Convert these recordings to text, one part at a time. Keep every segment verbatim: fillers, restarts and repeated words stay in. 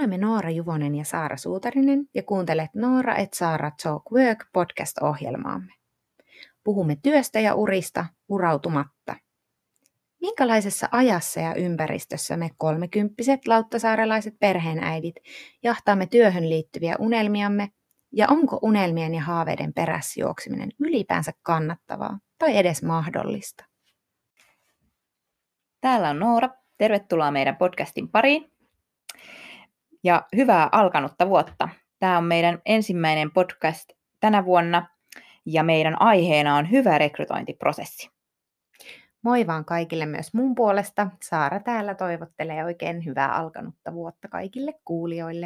olemme Noora Juvonen ja Saara Suutarinen ja kuuntelet Noora et Saara Talk Work podcast-ohjelmaamme. Puhumme työstä ja urista urautumatta. Minkälaisessa ajassa ja ympäristössä me kolmekymppiset lauttasaarelaiset perheenäidit jahtaamme työhön liittyviä unelmiamme ja onko unelmien ja haaveiden perässä juokseminen ylipäänsä kannattavaa tai edes mahdollista? Täällä on Noora. Tervetuloa meidän podcastin pariin. Ja hyvää alkanutta vuotta. Tämä on meidän ensimmäinen podcast tänä vuonna ja meidän aiheena on hyvä rekrytointiprosessi. Moi vaan kaikille myös mun puolesta. Saara täällä toivottelee oikein hyvää alkanutta vuotta kaikille kuulijoille.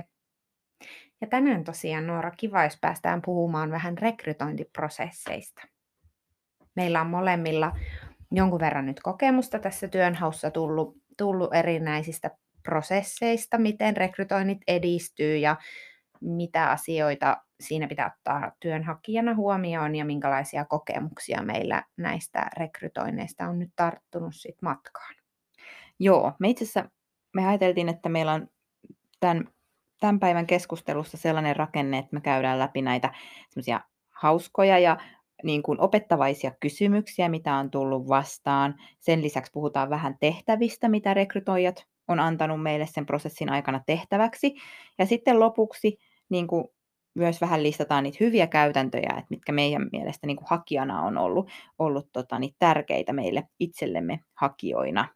Ja tänään tosiaan Noora, kiva, jos päästään puhumaan vähän rekrytointiprosesseista. Meillä on molemmilla jonkun verran nyt kokemusta tässä työnhaussa tullut, tullut erinäisistä prosesseista, miten rekrytoinnit edistyy ja mitä asioita siinä pitää ottaa työnhakijana huomioon ja minkälaisia kokemuksia meillä näistä rekrytoinneista on nyt tarttunut sit matkaan. Joo, me itse asiassa me ajateltiin, että meillä on tämän, tämän päivän keskustelussa sellainen rakenne, että me käydään läpi näitä semmoisia hauskoja ja niin kuin opettavaisia kysymyksiä, mitä on tullut vastaan. Sen lisäksi puhutaan vähän tehtävistä, mitä rekrytoijat on antanut meille sen prosessin aikana tehtäväksi. Ja sitten lopuksi niin kuin myös vähän listataan niitä hyviä käytäntöjä, että mitkä meidän mielestä niin kuin hakijana on ollut, ollut tota, niin tärkeitä meille itsellemme hakijoina.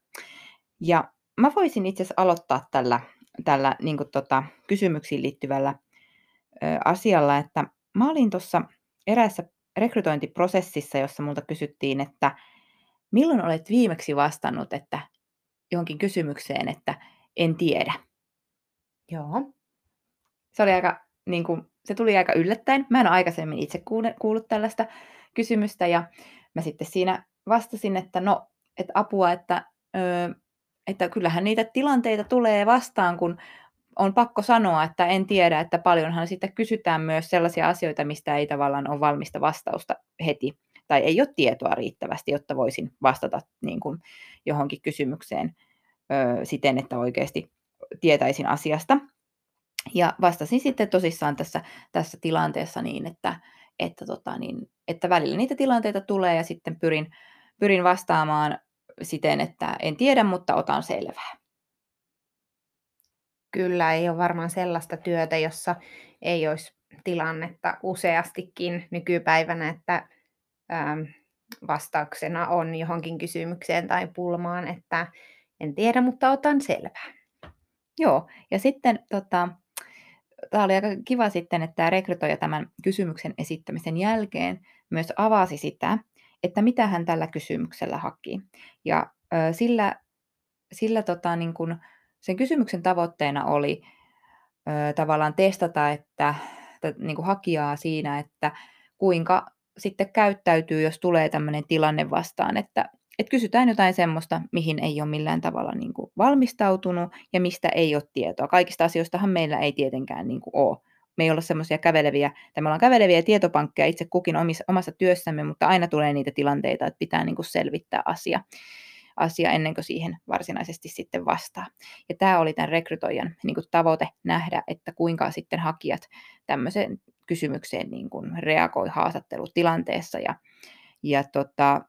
Ja mä voisin itse asiassa aloittaa tällä, tällä niin kuin tota, kysymyksiin liittyvällä ö, asialla, että mä olin tuossa eräässä rekrytointiprosessissa, jossa multa kysyttiin, että milloin olet viimeksi vastannut että johonkin kysymykseen, että en tiedä. Joo. Se oli aika, niin kuin, se tuli aika yllättäen. Mä en ole aikaisemmin itse kuullut tällaista kysymystä ja mä sitten siinä vastasin, että no, että apua, että, ö, että kyllähän niitä tilanteita tulee vastaan, kun on pakko sanoa, että en tiedä, että paljonhan sitten kysytään myös sellaisia asioita, mistä ei tavallaan ole valmista vastausta heti, tai ei ole tietoa riittävästi, jotta voisin vastata niin kuin johonkin kysymykseen ö, siten, että oikeasti tietäisin asiasta. Ja vastasin sitten tosissaan tässä, tässä tilanteessa niin, että, että, tota niin, että välillä niitä tilanteita tulee ja sitten pyrin, pyrin vastaamaan siten, että en tiedä, mutta otan selvää. Kyllä, ei ole varmaan sellaista työtä, jossa ei olisi tilannetta useastikin nykypäivänä, että ähm, vastauksena on johonkin kysymykseen tai pulmaan, että en tiedä, mutta otan selvää. Joo, ja sitten tota, tämä oli aika kiva sitten, että tämä rekrytoija tämän kysymyksen esittämisen jälkeen myös avasi sitä, että mitä hän tällä kysymyksellä haki. Ja ö, sillä, sillä tota, niin kun sen kysymyksen tavoitteena oli ö, tavallaan testata, että t- niin kuin hakijaa siinä, että kuinka sitten käyttäytyy, jos tulee tämmöinen tilanne vastaan, että et kysytään jotain semmoista, mihin ei ole millään tavalla niin kuin valmistautunut ja mistä ei ole tietoa. Kaikista asioistahan meillä ei tietenkään niin kuin ole. Me ei olla semmoisia käveleviä, tai me ollaan käveleviä tietopankkeja itse kukin omissa, omassa työssämme, mutta aina tulee niitä tilanteita, että pitää niin kuin selvittää asia, asia ennen kuin siihen varsinaisesti sitten vastaa. Ja tämä oli tämän rekrytoijan niin kuin tavoite nähdä, että kuinka sitten hakijat tämmöiseen kysymykseen niin kuin reagoi haastattelutilanteessa. Ja, ja tota,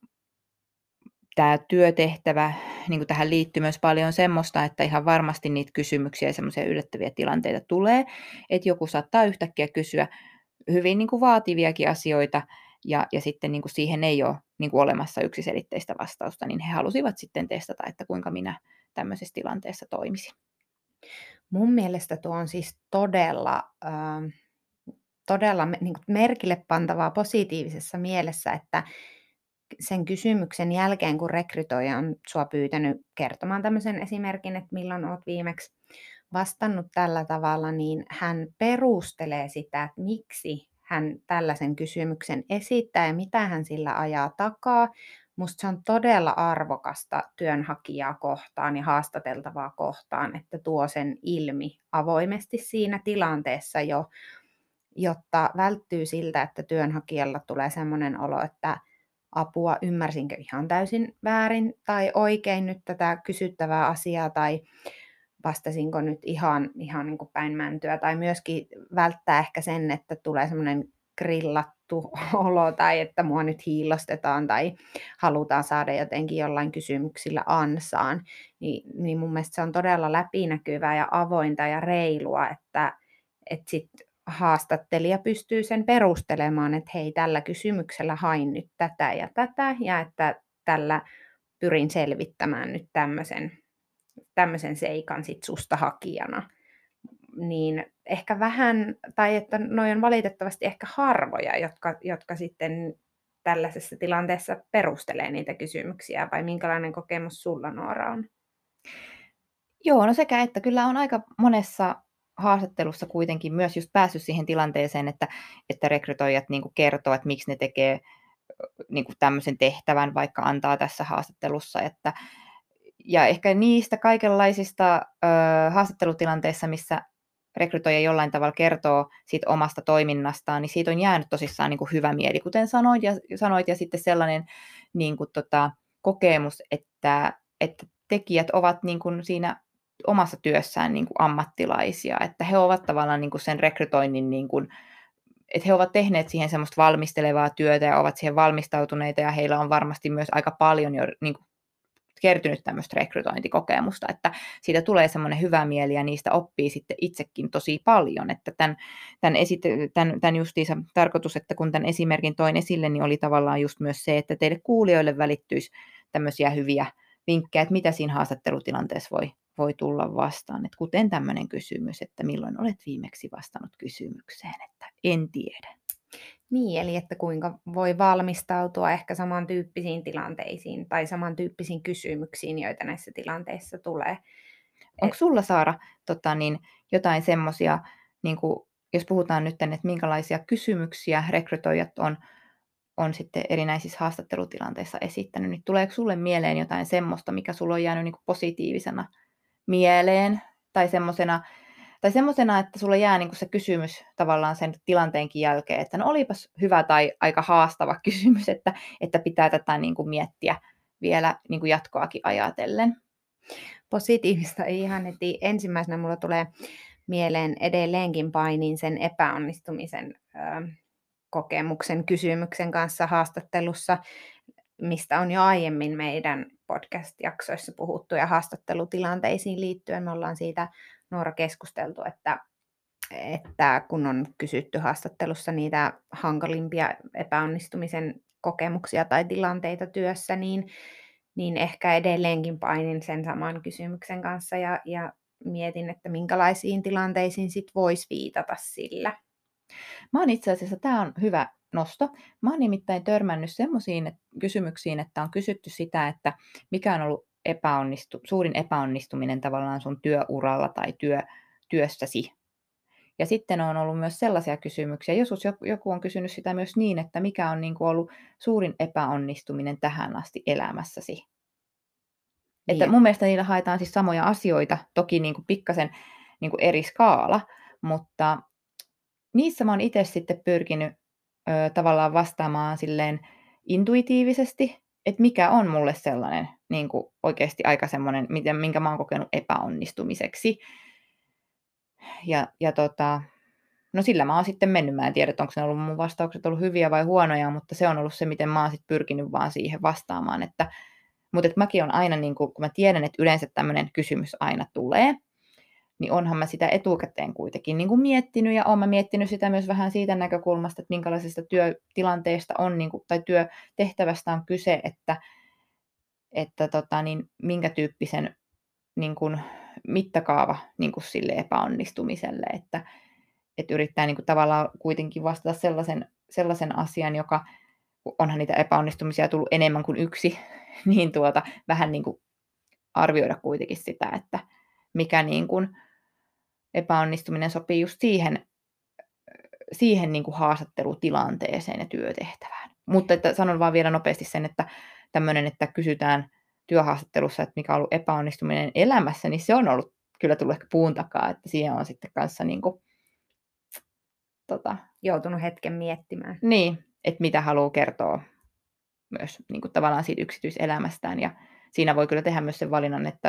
tämä työtehtävä, niin kuin tähän liittyy myös paljon semmoista, että ihan varmasti niitä kysymyksiä ja semmoisia yllättäviä tilanteita tulee, että joku saattaa yhtäkkiä kysyä hyvin niin kuin vaativiakin asioita, ja, ja sitten niin kuin siihen ei ole niin kuin olemassa yksiselitteistä vastausta, niin he halusivat sitten testata, että kuinka minä tämmöisessä tilanteessa toimisin. Mun mielestä tuo on siis todella, äh, todella niin kuin merkille pantavaa positiivisessa mielessä, että sen kysymyksen jälkeen, kun rekrytoija on sua pyytänyt kertomaan tämmöisen esimerkin, että milloin olet viimeksi vastannut tällä tavalla, niin hän perustelee sitä, että miksi hän tällaisen kysymyksen esittää ja mitä hän sillä ajaa takaa. Musta se on todella arvokasta työnhakijaa kohtaan ja haastateltavaa kohtaan, että tuo sen ilmi avoimesti siinä tilanteessa jo, jotta välttyy siltä, että työnhakijalla tulee semmoinen olo, että apua, ymmärsinkö ihan täysin väärin tai oikein nyt tätä kysyttävää asiaa tai vastasinko nyt ihan, ihan niin kuin päin mäntyä, tai myöskin välttää ehkä sen, että tulee semmoinen grillattu olo, tai että mua nyt hiillostetaan, tai halutaan saada jotenkin jollain kysymyksillä ansaan, niin, niin mun mielestä se on todella läpinäkyvää ja avointa ja reilua, että, että sit haastattelija pystyy sen perustelemaan, että hei, tällä kysymyksellä hain nyt tätä ja tätä, ja että tällä pyrin selvittämään nyt tämmöisen, tämmöisen seikan sit susta hakijana. Niin ehkä vähän, tai että noi on valitettavasti ehkä harvoja, jotka, jotka sitten tällaisessa tilanteessa perustelee niitä kysymyksiä, vai minkälainen kokemus sulla, Noora, on? Joo, no sekä että kyllä on aika monessa haastattelussa kuitenkin myös just päässyt siihen tilanteeseen, että, että rekrytoijat niin kuin kertoo, että miksi ne tekee niin kuin tämmöisen tehtävän, vaikka antaa tässä haastattelussa. Että, ja ehkä niistä kaikenlaisista ö, haastattelutilanteissa, missä rekrytoija jollain tavalla kertoo siitä omasta toiminnastaan, niin siitä on jäänyt tosissaan niin kuin hyvä mieli, kuten sanoit, ja, sanoit, ja sitten sellainen niin kuin, tota, kokemus, että, että tekijät ovat niin kuin siinä omassa työssään niin kuin ammattilaisia, että he ovat tavallaan niin kuin sen rekrytoinnin, niin kuin, että he ovat tehneet siihen semmoista valmistelevaa työtä ja ovat siihen valmistautuneita, ja heillä on varmasti myös aika paljon jo niin kuin kertynyt tämmöistä rekrytointikokemusta, että siitä tulee semmoinen hyvä mieli ja niistä oppii sitten itsekin tosi paljon, että tämän, tämän, esit- tämän, tämän justiinsa tarkoitus, että kun tämän esimerkin toin esille, niin oli tavallaan just myös se, että teille kuulijoille välittyisi tämmöisiä hyviä vinkkejä, että mitä siinä haastattelutilanteessa voi, voi tulla vastaan, että kuten tämmöinen kysymys, että milloin olet viimeksi vastannut kysymykseen, että en tiedä. Niin, eli että kuinka voi valmistautua ehkä samantyyppisiin tilanteisiin tai samantyyppisiin kysymyksiin, joita näissä tilanteissa tulee. Onko sulla, Saara, tota, niin, jotain semmoisia, niin jos puhutaan nyt, että minkälaisia kysymyksiä rekrytoijat on, on sitten erinäisissä haastattelutilanteissa esittänyt, niin tuleeko sulle mieleen jotain semmoista, mikä sulla on jäänyt niin kuin positiivisena mieleen, tai semmoisena, tai semmoisena, että sulla jää niin kuin se kysymys tavallaan sen tilanteenkin jälkeen, että no olipas hyvä tai aika haastava kysymys, että, että pitää tätä niin kuin miettiä vielä niin kuin jatkoakin ajatellen. Positiivista ei ihan heti. Ensimmäisenä mulla tulee mieleen edelleenkin painin sen epäonnistumisen ö, kokemuksen kysymyksen kanssa haastattelussa, mistä on jo aiemmin meidän podcast-jaksoissa puhuttu ja haastattelutilanteisiin liittyen. Me ollaan siitä, Noora, keskusteltu, että, että kun on kysytty haastattelussa niitä hankalimpia epäonnistumisen kokemuksia tai tilanteita työssä, niin, niin ehkä edelleenkin painin sen saman kysymyksen kanssa ja, ja mietin, että minkälaisiin tilanteisiin sit voisi viitata sillä. Mä oon itse asiassa, tämä on hyvä nosto. Mä oon nimittäin törmännyt semmoisiin kysymyksiin, että on kysytty sitä, että mikä on ollut epäonnistu, suurin epäonnistuminen tavallaan sun työuralla tai työ, työssäsi. Ja sitten on ollut myös sellaisia kysymyksiä, joskus joku on kysynyt sitä myös niin, että mikä on niin kuin ollut suurin epäonnistuminen tähän asti elämässäsi. Niin. Että mun mielestä niillä haetaan siis samoja asioita, toki niin kuin pikkasen niin kuin eri skaala, mutta niissä mä oon itse sitten pyrkinyt ö, tavallaan vastaamaan silleen intuitiivisesti, että mikä on mulle sellainen niin kuin oikeasti aika semmoinen, minkä mä oon kokenut epäonnistumiseksi. Ja, ja tota, no sillä mä oon sitten mennyt, mä en tiedä, onko ne ollut mun vastaukset ollut hyviä vai huonoja, mutta se on ollut se, miten mä oon sitten pyrkinyt vaan siihen vastaamaan. Että, mutta että mäkin on aina, niin kuin, kun mä tiedän, että yleensä tämmöinen kysymys aina tulee, niin onhan mä sitä etukäteen kuitenkin niin kuin miettinyt, ja oon mä miettinyt sitä myös vähän siitä näkökulmasta, että minkälaisesta työtilanteesta on, niin kuin, tai työtehtävästä on kyse, että, että tota, niin, minkä tyyppisen niin kuin, mittakaava niin kuin sille epäonnistumiselle, että, että yrittää niin kuin, tavallaan kuitenkin vastata sellaisen, sellaisen asian, joka onhan niitä epäonnistumisia tullut enemmän kuin yksi, niin tuota, vähän niin kuin arvioida kuitenkin sitä, että mikä niin kuin epäonnistuminen sopii just siihen, siihen niin kuin haastattelutilanteeseen ja työtehtävään. Mutta että sanon vaan vielä nopeasti sen, että tämmöinen, että kysytään työhaastattelussa, että mikä on ollut epäonnistuminen elämässä, niin se on ollut kyllä tullut ehkä puun takaa, että siihen on sitten kanssa niin kuin, tota, joutunut hetken miettimään. Niin, että mitä haluaa kertoa myös niin kuin tavallaan siitä yksityiselämästään, ja siinä voi kyllä tehdä myös sen valinnan, että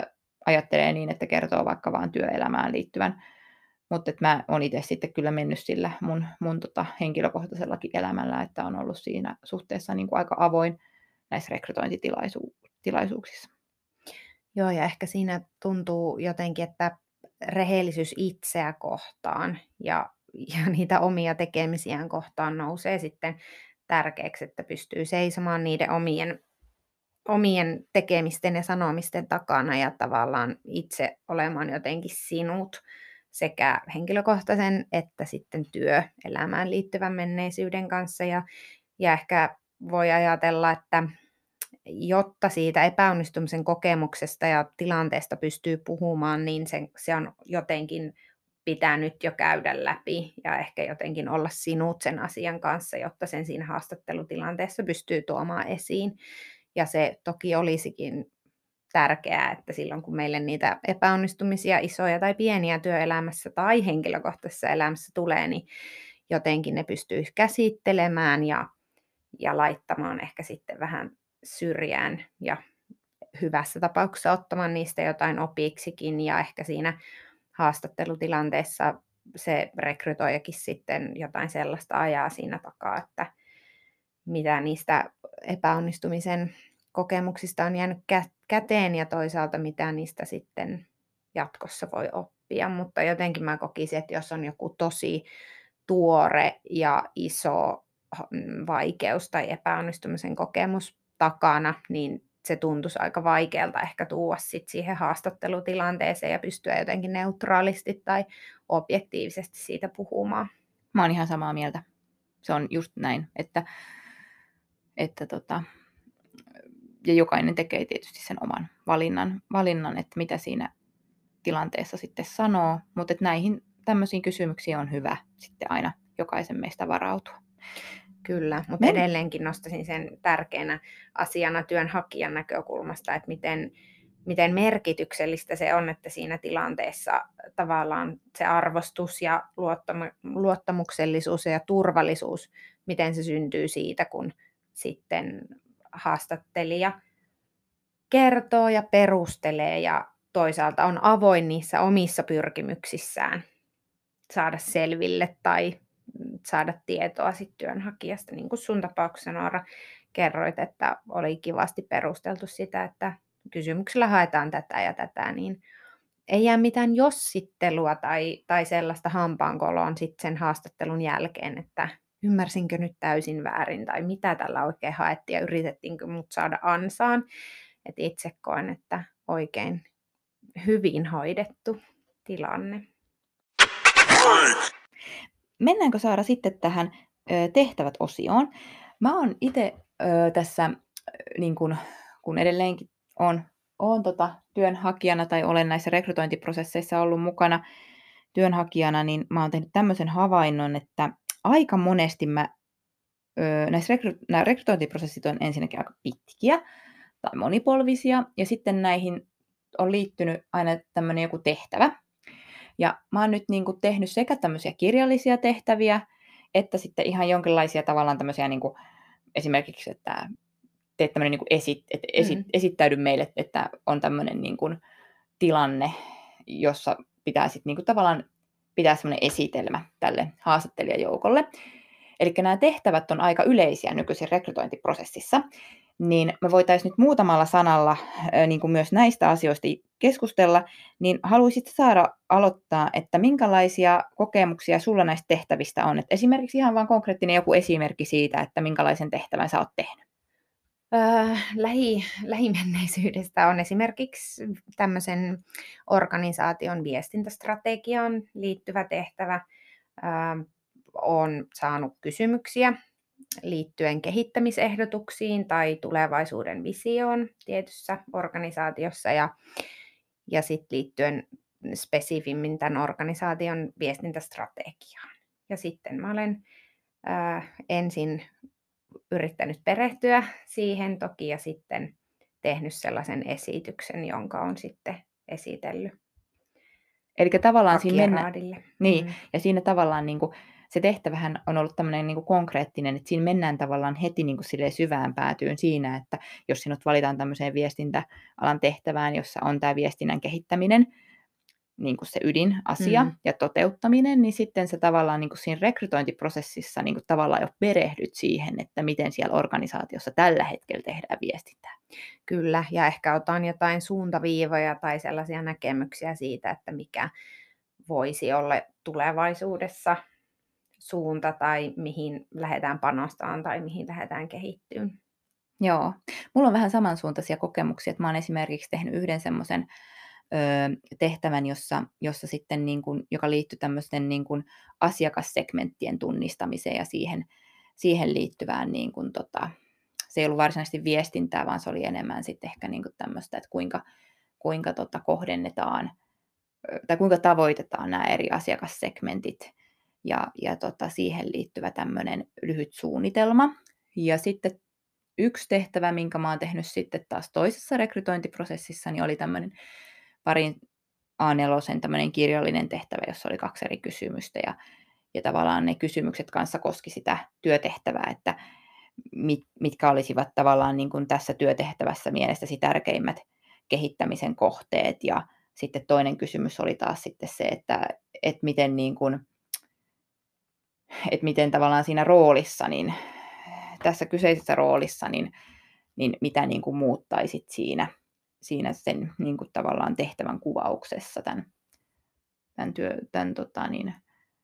ajattelee niin, että kertoo vaikka vaan työelämään liittyvän. Mutta mä oon itse sitten kyllä mennyt sillä mun, mun tota henkilökohtaisellakin elämällä, että on ollut siinä suhteessa niin kuin aika avoin näissä rekrytointitilaisuuksissa. Joo, ja ehkä siinä tuntuu jotenkin, että rehellisyys itseä kohtaan ja, ja niitä omia tekemisiään kohtaan nousee sitten tärkeäksi, että pystyy seisomaan niiden omien, omien tekemisten ja sanomisten takana ja tavallaan itse olemaan jotenkin sinut sekä henkilökohtaisen että sitten työelämään liittyvän menneisyyden kanssa. Ja, ja ehkä voi ajatella, että jotta siitä epäonnistumisen kokemuksesta ja tilanteesta pystyy puhumaan, niin se, se on jotenkin pitänyt jo käydä läpi ja ehkä jotenkin olla sinut sen asian kanssa, jotta sen siinä haastattelutilanteessa pystyy tuomaan esiin. Ja se toki olisikin tärkeää, että silloin kun meille niitä epäonnistumisia, isoja tai pieniä työelämässä tai henkilökohtaisessa elämässä tulee, niin jotenkin ne pystyy käsittelemään ja, ja laittamaan ehkä sitten vähän syrjään ja hyvässä tapauksessa ottamaan niistä jotain opiksikin ja ehkä siinä haastattelutilanteessa se rekrytoijakin sitten jotain sellaista ajaa siinä takaa, että mitä niistä epäonnistumisen kokemuksista on jäänyt käteen ja toisaalta mitä niistä sitten jatkossa voi oppia, mutta jotenkin mä kokisin, että jos on joku tosi tuore ja iso vaikeus tai epäonnistumisen kokemus takana, niin se tuntuisi aika vaikealta ehkä tuoda sit siihen haastattelutilanteeseen ja pystyä jotenkin neutraalisti tai objektiivisesti siitä puhumaan. Mä oon ihan samaa mieltä. Se on just näin, että, että tota, ja jokainen tekee tietysti sen oman valinnan, valinnan, että mitä siinä tilanteessa sitten sanoo, mutta että näihin tämmöisiin kysymyksiin on hyvä sitten aina jokaisen meistä varautua. Kyllä, mutta Men... edelleenkin nostaisin sen tärkeänä asiana työnhakijan näkökulmasta, että miten, miten merkityksellistä se on, että siinä tilanteessa tavallaan se arvostus ja luottamuksellisuus ja turvallisuus, miten se syntyy siitä, kun sitten haastattelija kertoo ja perustelee ja toisaalta on avoin niissä omissa pyrkimyksissään saada selville tai saada tietoa sit työnhakijasta. Niin kuin sun tapauksessa, Noora, kerroit, että oli kivasti perusteltu sitä, että kysymyksellä haetaan tätä ja tätä, niin ei jää mitään jossittelua tai, tai sellaista hampaankoloon sit sen haastattelun jälkeen, että ymmärsinkö nyt täysin väärin tai mitä tällä oikein haettiin ja yritettiinkö mut saada ansaan. Et itse koen, että oikein hyvin hoidettu tilanne. Mennäänkö Saara sitten tähän ö, tehtävät-osioon? Mä oon itse tässä, niin kun, kun edelleenkin on, on tota, työnhakijana tai olen näissä rekrytointiprosesseissa ollut mukana työnhakijana, niin mä oon tehnyt tämmöisen havainnon, että aika monesti mä, ö, näissä rekry, nämä rekrytointiprosessit on ensinnäkin aika pitkiä tai monipolvisia, ja sitten näihin on liittynyt aina tämmöinen joku tehtävä. Ja mä oon nyt niin kuin tehnyt sekä tämmöisiä kirjallisia tehtäviä, että sitten ihan jonkinlaisia tavallaan tämmöisiä niin kuin esimerkiksi, että teet tämmöinen niin kuin esit, että esit, mm. esittäydy meille, että on tämmöinen niin kuin tilanne, jossa pitää sitten niin kuin tavallaan pitää semmoinen esitelmä tälle haastattelijajoukolle. Eli nämä tehtävät on aika yleisiä nykyisin rekrytointiprosessissa, niin me voitaisiin nyt muutamalla sanalla niin kuin myös näistä asioista keskustella, niin haluaisit Saara aloittaa, että minkälaisia kokemuksia sulla näistä tehtävistä on? Että esimerkiksi ihan vain konkreettinen joku esimerkki siitä, että minkälaisen tehtävän sä oot tehnyt. Öö, lähi, lähimenneisyydestä on esimerkiksi tämmöisen organisaation viestintästrategiaan liittyvä tehtävä. Öö, olen saanut kysymyksiä liittyen kehittämisehdotuksiin tai tulevaisuuden visioon tietyssä organisaatiossa ja, ja sitten liittyen spesifimmin tämän organisaation viestintästrategiaan. Ja sitten mä olen ää, ensin yrittänyt perehtyä siihen toki ja sitten tehnyt sellaisen esityksen, jonka on sitten esitellyt. Eli tavallaan siinä mennä, niin, mm. ja siinä tavallaan niin kuin se tehtävähän on ollut tämmöinen niin kuin konkreettinen, että siinä mennään tavallaan heti niin kuin silleen syvään päätyyn siinä, että jos sinut valitaan tämmöiseen viestintäalan tehtävään, jossa on tämä viestinnän kehittäminen, niin kuin se ydinasia Mm. ja toteuttaminen, niin sitten se tavallaan niin kuin siinä rekrytointiprosessissa niin kuin tavallaan jo perehdyt siihen, että miten siellä organisaatiossa tällä hetkellä tehdään viestintää. Kyllä, ja ehkä otan jotain suuntaviivoja tai sellaisia näkemyksiä siitä, että mikä voisi olla tulevaisuudessa suunta tai mihin lähdetään panostamaan tai mihin lähdetään kehittyyn. Joo, mulla on vähän samansuuntaisia kokemuksia, että mä oon esimerkiksi tehnyt yhden semmoisen tehtävän, jossa, jossa sitten niin kuin, joka liittyy tämmöisten niin kuin asiakassegmenttien tunnistamiseen ja siihen, siihen liittyvään, niin kuin, tota, se ei ollut varsinaisesti viestintää, vaan se oli enemmän sitten ehkä niin kuin tämmöistä, että kuinka, kuinka tota, kohdennetaan tai kuinka tavoitetaan nämä eri asiakassegmentit ja, ja tota, siihen liittyvä tämmöinen lyhyt suunnitelma. Ja sitten yksi tehtävä, minkä mä oon tehnyt sitten taas toisessa rekrytointiprosessissa, niin oli tämmöinen parin A neljä tämmöinen kirjallinen tehtävä, jossa oli kaksi eri kysymystä ja, ja tavallaan ne kysymykset kanssa koski sitä työtehtävää, että mit, mitkä olisivat tavallaan niin kuin tässä työtehtävässä mielestäsi tärkeimmät kehittämisen kohteet ja sitten toinen kysymys oli taas sitten se, että, että miten niin kuin, että miten tavallaan siinä roolissa, niin tässä kyseisessä roolissa, niin, niin mitä niin kuin muuttaisit siinä, siinä sen niin kuin tavallaan tehtävän kuvauksessa tämän, tämän, työ, tämän tota niin,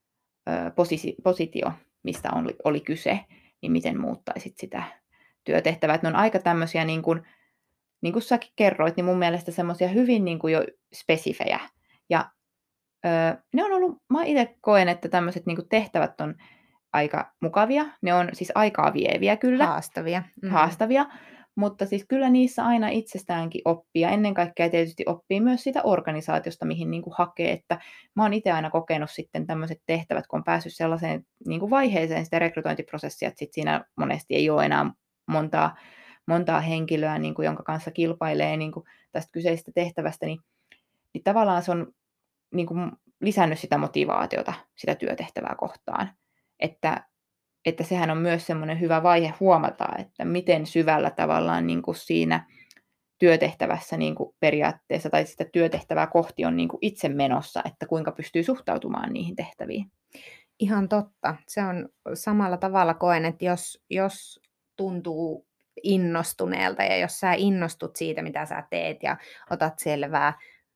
posi, positio, mistä oli, oli kyse, niin miten muuttaisit sitä työtehtävää. Että ne on aika tämmöisiä, niin kuin, niin kuin säkin kerroit, niin mun mielestä semmoisia hyvin niin kuin jo spesifejä. Ja öö, ne on ollut, mä itse koen, että tämmöiset niin kuin tehtävät on aika mukavia. Ne on siis aikaa vieviä kyllä. Haastavia. Mm. Haastavia, mutta siis kyllä niissä aina itsestäänkin oppii. Ja ennen kaikkea tietysti oppii myös siitä organisaatiosta, mihin niin kuin hakee. Että mä oon itse aina kokenut sitten tämmöiset tehtävät, kun on päässyt sellaiseen niin kuin vaiheeseen sitä rekrytointiprosessia, että sit siinä monesti ei ole enää montaa, montaa henkilöä, niin kuin, jonka kanssa kilpailee niin kuin tästä kyseisestä tehtävästä, niin, niin tavallaan se on niin kuin lisännyt sitä motivaatiota sitä työtehtävää kohtaan. Että, että sehän on myös semmoinen hyvä vaihe huomata, että miten syvällä tavallaan niin kuin siinä työtehtävässä niin kuin periaatteessa tai sitä työtehtävää kohti on niin kuin itse menossa, että kuinka pystyy suhtautumaan niihin tehtäviin. Ihan totta. Se on samalla tavalla koen, että jos, jos tuntuu innostuneelta ja jos sä innostut siitä, mitä sä teet ja otat selvää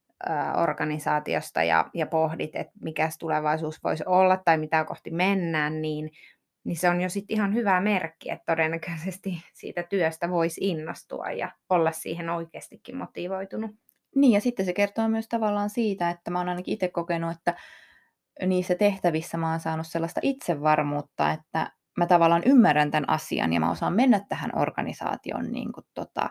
organisaatiosta ja, ja pohdit, että mikä tulevaisuus voisi olla tai mitä kohti mennään, niin, niin se on jo sitten ihan hyvä merkki, että todennäköisesti siitä työstä voisi innostua ja olla siihen oikeastikin motivoitunut. Niin, ja sitten se kertoo myös tavallaan siitä, että mä oon ainakin itse kokenut, että niissä tehtävissä mä oon saanut sellaista itsevarmuutta, että mä tavallaan ymmärrän tämän asian ja mä osaan mennä tähän organisaation niin kuin tota,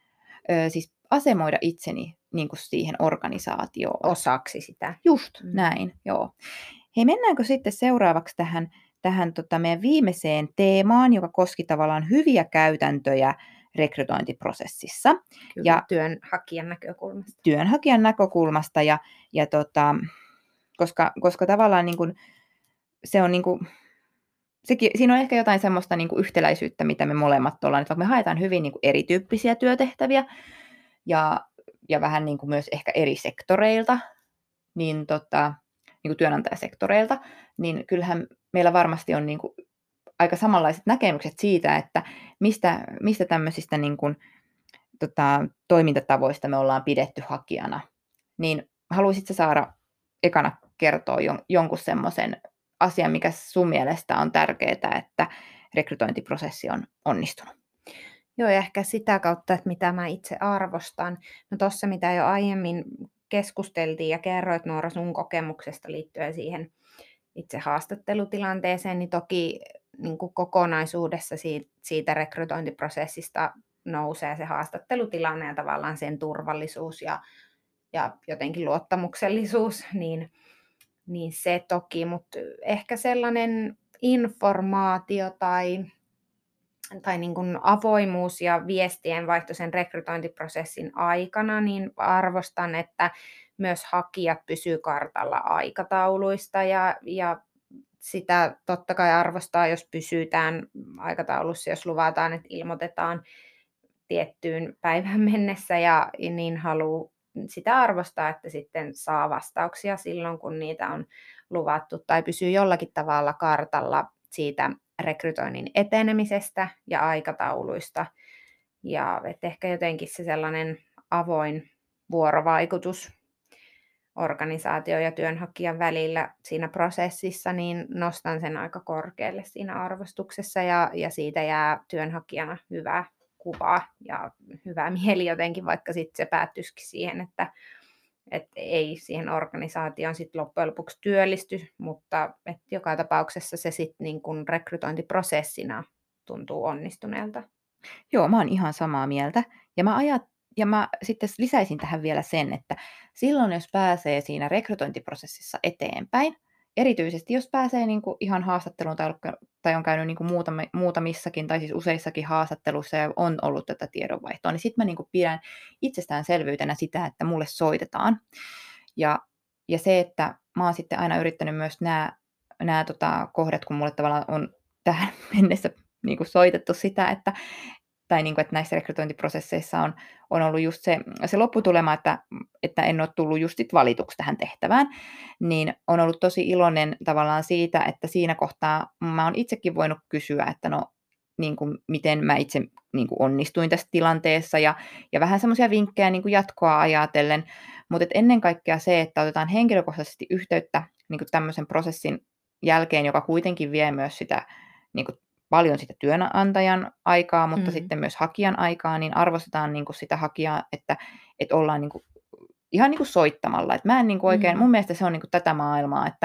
ö, siis asemoida itseni niin kuin siihen organisaatioon. Osaksi sitä. Just mm. näin, joo. Hei, mennäänkö sitten seuraavaksi tähän, tähän tota meidän viimeiseen teemaan, joka koski tavallaan hyviä käytäntöjä rekrytointiprosessissa. Kyllä, ja työnhakijan näkökulmasta. Työnhakijan näkökulmasta, ja, ja tota, koska, koska tavallaan niin kuin, se on niin kuin, sekin, siinä on ehkä jotain semmoista niin kuin yhtäläisyyttä, mitä me molemmat ollaan, että vaikka me haetaan hyvin niin kuin erityyppisiä työtehtäviä ja, ja vähän niin kuin myös ehkä eri sektoreilta, niin, tota, niin kuin työnantajasektoreilta, niin kyllähän meillä varmasti on niin kuin aika samanlaiset näkemykset siitä, että mistä, mistä tämmöisistä niin kuin, tota, toimintatavoista me ollaan pidetty hakijana. Niin haluaisitko Saara ekana kertoa jon, jonkun semmoisen asian, mikä sun mielestä on tärkeää, että rekrytointiprosessi on onnistunut? Joo, ja ehkä sitä kautta, että mitä mä itse arvostan. No tuossa, mitä jo aiemmin keskusteltiin ja kerroit Noora sun kokemuksesta liittyen siihen itse haastattelutilanteeseen, niin toki niin kuin kokonaisuudessa siitä, siitä rekrytointiprosessista nousee se haastattelutilanne ja tavallaan sen turvallisuus ja, ja jotenkin luottamuksellisuus, niin, niin se toki, mutta ehkä sellainen informaatio tai tai niin kuin avoimuus ja viestien vaihto sen rekrytointiprosessin aikana, niin arvostan, että myös hakijat pysyvät kartalla aikatauluista ja, ja sitä totta kai arvostaa, jos pysytään aikataulussa, jos luvataan, että ilmoitetaan tiettyyn päivään mennessä ja niin haluaa sitä arvostaa, että sitten saa vastauksia silloin, kun niitä on luvattu tai pysyy jollakin tavalla kartalla siitä rekrytoinnin etenemisestä ja aikatauluista. Ja että ehkä jotenkin se sellainen avoin vuorovaikutus organisaatio ja työnhakijan välillä siinä prosessissa, niin nostan sen aika korkealle siinä arvostuksessa ja, ja siitä jää työnhakijana hyvä kuva ja hyvä mieli jotenkin, vaikka sitten se päättyisikin siihen, että et ei siihen organisaatioon sit loppujen lopuksi työllisty, mutta et joka tapauksessa se sitten niin kun rekrytointiprosessina tuntuu onnistuneelta. Joo, mä oon ihan samaa mieltä. Ja mä, ajat, ja mä sitten lisäisin tähän vielä sen, että silloin jos pääsee siinä rekrytointiprosessissa eteenpäin, erityisesti jos pääsee niin kuin ihan haastatteluun tai, tai on käynyt niin kuin muutama, muutamissakin tai siis useissakin haastatteluissa ja on ollut tätä tiedonvaihtoa, niin sitten mä niin kuin pidän itsestäänselvyytenä sitä, että mulle soitetaan. Ja, ja se, että mä oon sitten aina yrittänyt myös nämä, nämä tota, kohdat, kun mulle tavallaan on tähän mennessä niin kuin soitettu sitä, että tai niin kuin, että näissä rekrytointiprosesseissa on, on ollut just se, se lopputulema, että, että en ole tullut just sit valituksi tähän tehtävään, niin on ollut tosi iloinen tavallaan siitä, että siinä kohtaa mä oon itsekin voinut kysyä, että no niin kuin, miten mä itse niin kuin onnistuin tässä tilanteessa ja, ja vähän semmoisia vinkkejä niin kuin jatkoa ajatellen, mutta ennen kaikkea se, että otetaan henkilökohtaisesti yhteyttä niin kuin tämmöisen prosessin jälkeen, joka kuitenkin vie myös sitä niin kuin paljon sitä työnantajan aikaa, mutta mm. sitten myös hakijan aikaa, niin arvostetaan niin kuin sitä hakijaa, että, että ollaan niin kuin, ihan niin kuin soittamalla. Et mä en niin kuin oikein, mm. mun mielestä se on niin kuin tätä maailmaa että,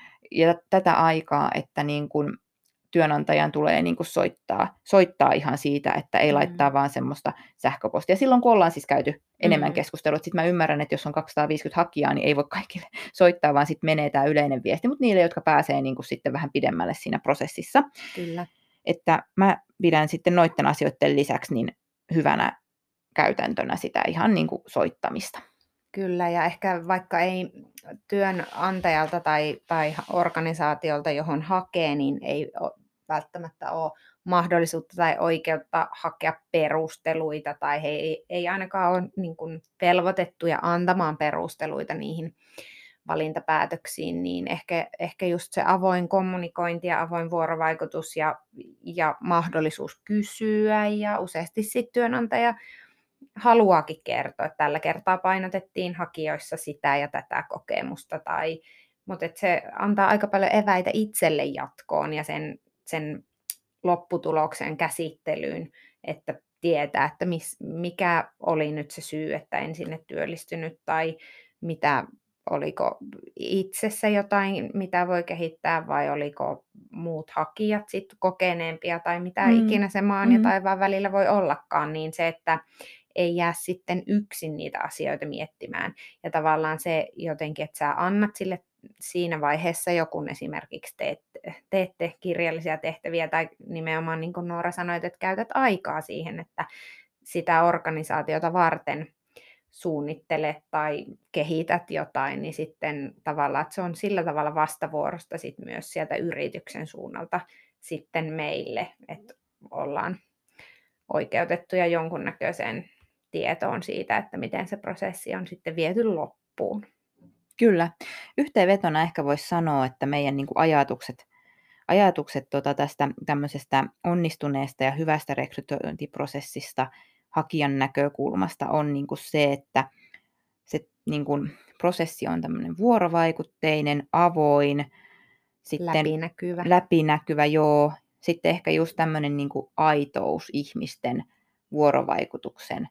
ja tätä aikaa, että niin kuin työnantajan tulee niin kuin soittaa, soittaa ihan siitä, että ei mm. laittaa vaan semmoista sähköpostia. Silloin kun ollaan siis käyty enemmän mm. keskustelua, sitten mä ymmärrän, että jos on kaksisataaviisikymmentä hakijaa, niin ei voi kaikille soittaa, vaan sitten menee tämä yleinen viesti, mutta niille, jotka pääsee niin kuin sitten vähän pidemmälle siinä prosessissa. Kyllä. Että mä pidän sitten noiden asioiden lisäksi niin hyvänä käytäntönä sitä ihan niin kuin soittamista. Kyllä, ja ehkä vaikka ei työnantajalta tai, tai organisaatiolta, johon hakee, niin ei ole, välttämättä ole mahdollisuutta tai oikeutta hakea perusteluita, tai he ei, ei ainakaan ole niin kuin velvoitettuja antamaan perusteluita niihin valintapäätöksiin, niin ehkä, ehkä just se avoin kommunikointi ja avoin vuorovaikutus ja, ja mahdollisuus kysyä, ja useasti sitten työnantaja haluaakin kertoa, että tällä kertaa painotettiin hakijoissa sitä ja tätä kokemusta, tai, mutta et se antaa aika paljon eväitä itselle jatkoon ja sen, sen lopputuloksen käsittelyyn, että tietää, että mis, mikä oli nyt se syy, että en sinne työllistynyt, tai mitä, oliko itsessä jotain, mitä voi kehittää, vai oliko muut hakijat sit kokeneempia, tai mitä mm. ikinä se maan mm. ja taivaan välillä voi ollakaan, niin se, että ei jää sitten yksin niitä asioita miettimään. Ja tavallaan se jotenkin, että sä annat sille siinä vaiheessa joku esimerkiksi teette, teette kirjallisia tehtäviä, tai nimenomaan niin kuin Noora sanoit, että käytät aikaa siihen, että sitä organisaatiota varten suunnittelet tai kehität jotain, niin sitten tavallaan, että se on sillä tavalla vastavuorosta sit myös sieltä yrityksen suunnalta sitten meille, että ollaan oikeutettuja jonkunnäköiseen tietoon siitä, että miten se prosessi on sitten viety loppuun. Kyllä. Yhteenvetona ehkä voisi sanoa, että meidän niin kuin ajatukset, ajatukset tota tästä tämmöisestä onnistuneesta ja hyvästä rekrytointiprosessista hakijan näkökulmasta on niin kuin se, että se niin kuin prosessi on tämmöinen vuorovaikutteinen, avoin, sitten läpinäkyvä. läpinäkyvä, joo. Sitten ehkä just tämmöinen niin kuin aitous ihmisten vuorovaikutuksen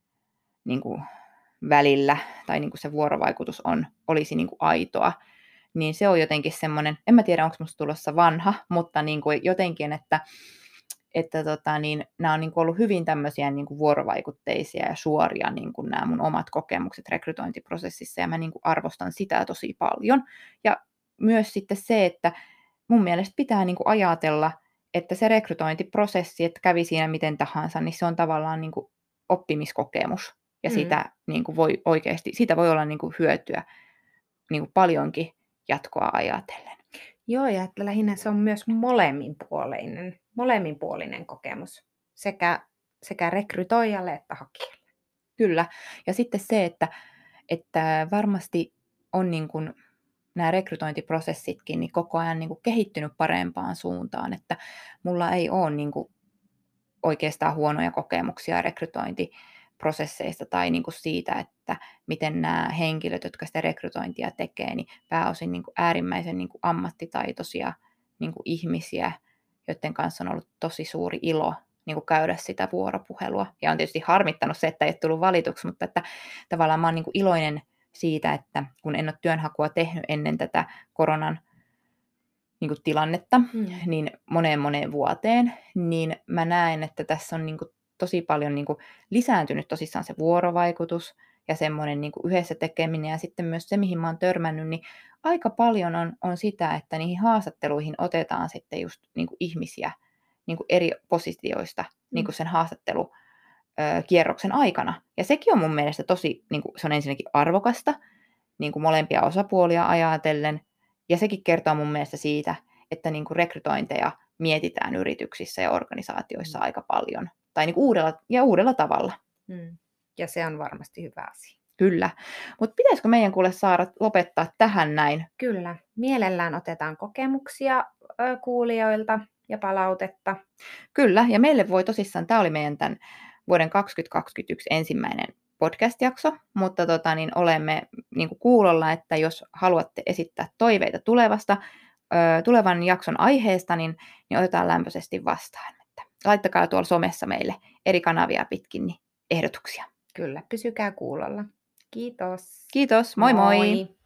niin kuin välillä, tai niin kuin se vuorovaikutus on, olisi niin kuin aitoa, niin se on jotenkin semmoinen, en mä tiedä onko musta tulossa vanha, mutta niin kuin jotenkin, että, että tota, niin, nämä on niin kuin ollut hyvin tämmöisiä niin kuin vuorovaikutteisia ja suoria niin kuin nämä mun omat kokemukset rekrytointiprosessissa, ja mä niin kuin arvostan sitä tosi paljon. Ja myös sitten se, että mun mielestä pitää niin kuin ajatella, että se rekrytointiprosessi, että kävi siinä miten tahansa, niin se on tavallaan niin kuin oppimiskokemus. Ja mm. sitä, niin kuin voi oikeasti, siitä voi olla niin kuin hyötyä niin kuin paljonkin jatkoa ajatellen. Joo, ja että lähinnä se on myös molemminpuolinen, molemminpuolinen kokemus sekä, sekä rekrytoijalle että hakijalle. Kyllä. Ja sitten se, että, että varmasti on niin kuin nämä rekrytointiprosessitkin niin koko ajan niin kuin kehittynyt parempaan suuntaan, että mulla ei ole niin kuin oikeastaan huonoja kokemuksia rekrytointiprosesseista tai niin kuin siitä, että miten nämä henkilöt, jotka sitä rekrytointia tekee, niin pääosin niin kuin äärimmäisen niin kuin ammattitaitoisia niin kuin ihmisiä, joiden kanssa on ollut tosi suuri ilo niin kuin käydä sitä vuoropuhelua. Ja on tietysti harmittanut se, että ei ole tullut valituksi, mutta että tavallaan mä oon niin kuin iloinen siitä, että kun en ole työnhakua tehnyt ennen tätä koronan niin kuin tilannetta, Mm. niin moneen moneen vuoteen, niin mä näen, että tässä on niin kuin tosi paljon niin kuin lisääntynyt tosissaan se vuorovaikutus ja semmoinen niin kuin yhdessä tekeminen, ja sitten myös se, mihin mä oon törmännyt, niin aika paljon on, on sitä, että niihin haastatteluihin otetaan sitten just niin kuin ihmisiä niin kuin eri positioista mm. niin kuin sen haastattelukierroksen aikana. Ja sekin on mun mielestä tosi, niin kuin, se on ensinnäkin arvokasta, niin kuin molempia osapuolia ajatellen, ja sekin kertoo mun mielestä siitä, että niin kuin rekrytointeja mietitään yrityksissä ja organisaatioissa mm. aika paljon, tai niin kuin uudella, ja uudella tavalla. Mm. Ja se on varmasti hyvä asia. Kyllä. Mutta pitäisikö meidän kuule Saara lopettaa tähän näin? Kyllä. Mielellään otetaan kokemuksia ö, kuulijoilta ja palautetta. Kyllä, ja meille voi tosissaan, tämä oli meidän tämän vuoden kaksituhattakaksikymmentäyksi ensimmäinen podcast-jakso, mutta tota, niin olemme niin kuin kuulolla, että jos haluatte esittää toiveita tulevasta, ö, tulevan jakson aiheesta, niin, niin otetaan lämpöisesti vastaan. Että laittakaa tuolla somessa meille eri kanavia pitkin niin ehdotuksia. Kyllä, pysykää kuulolla. Kiitos. Kiitos, moi moi! moi.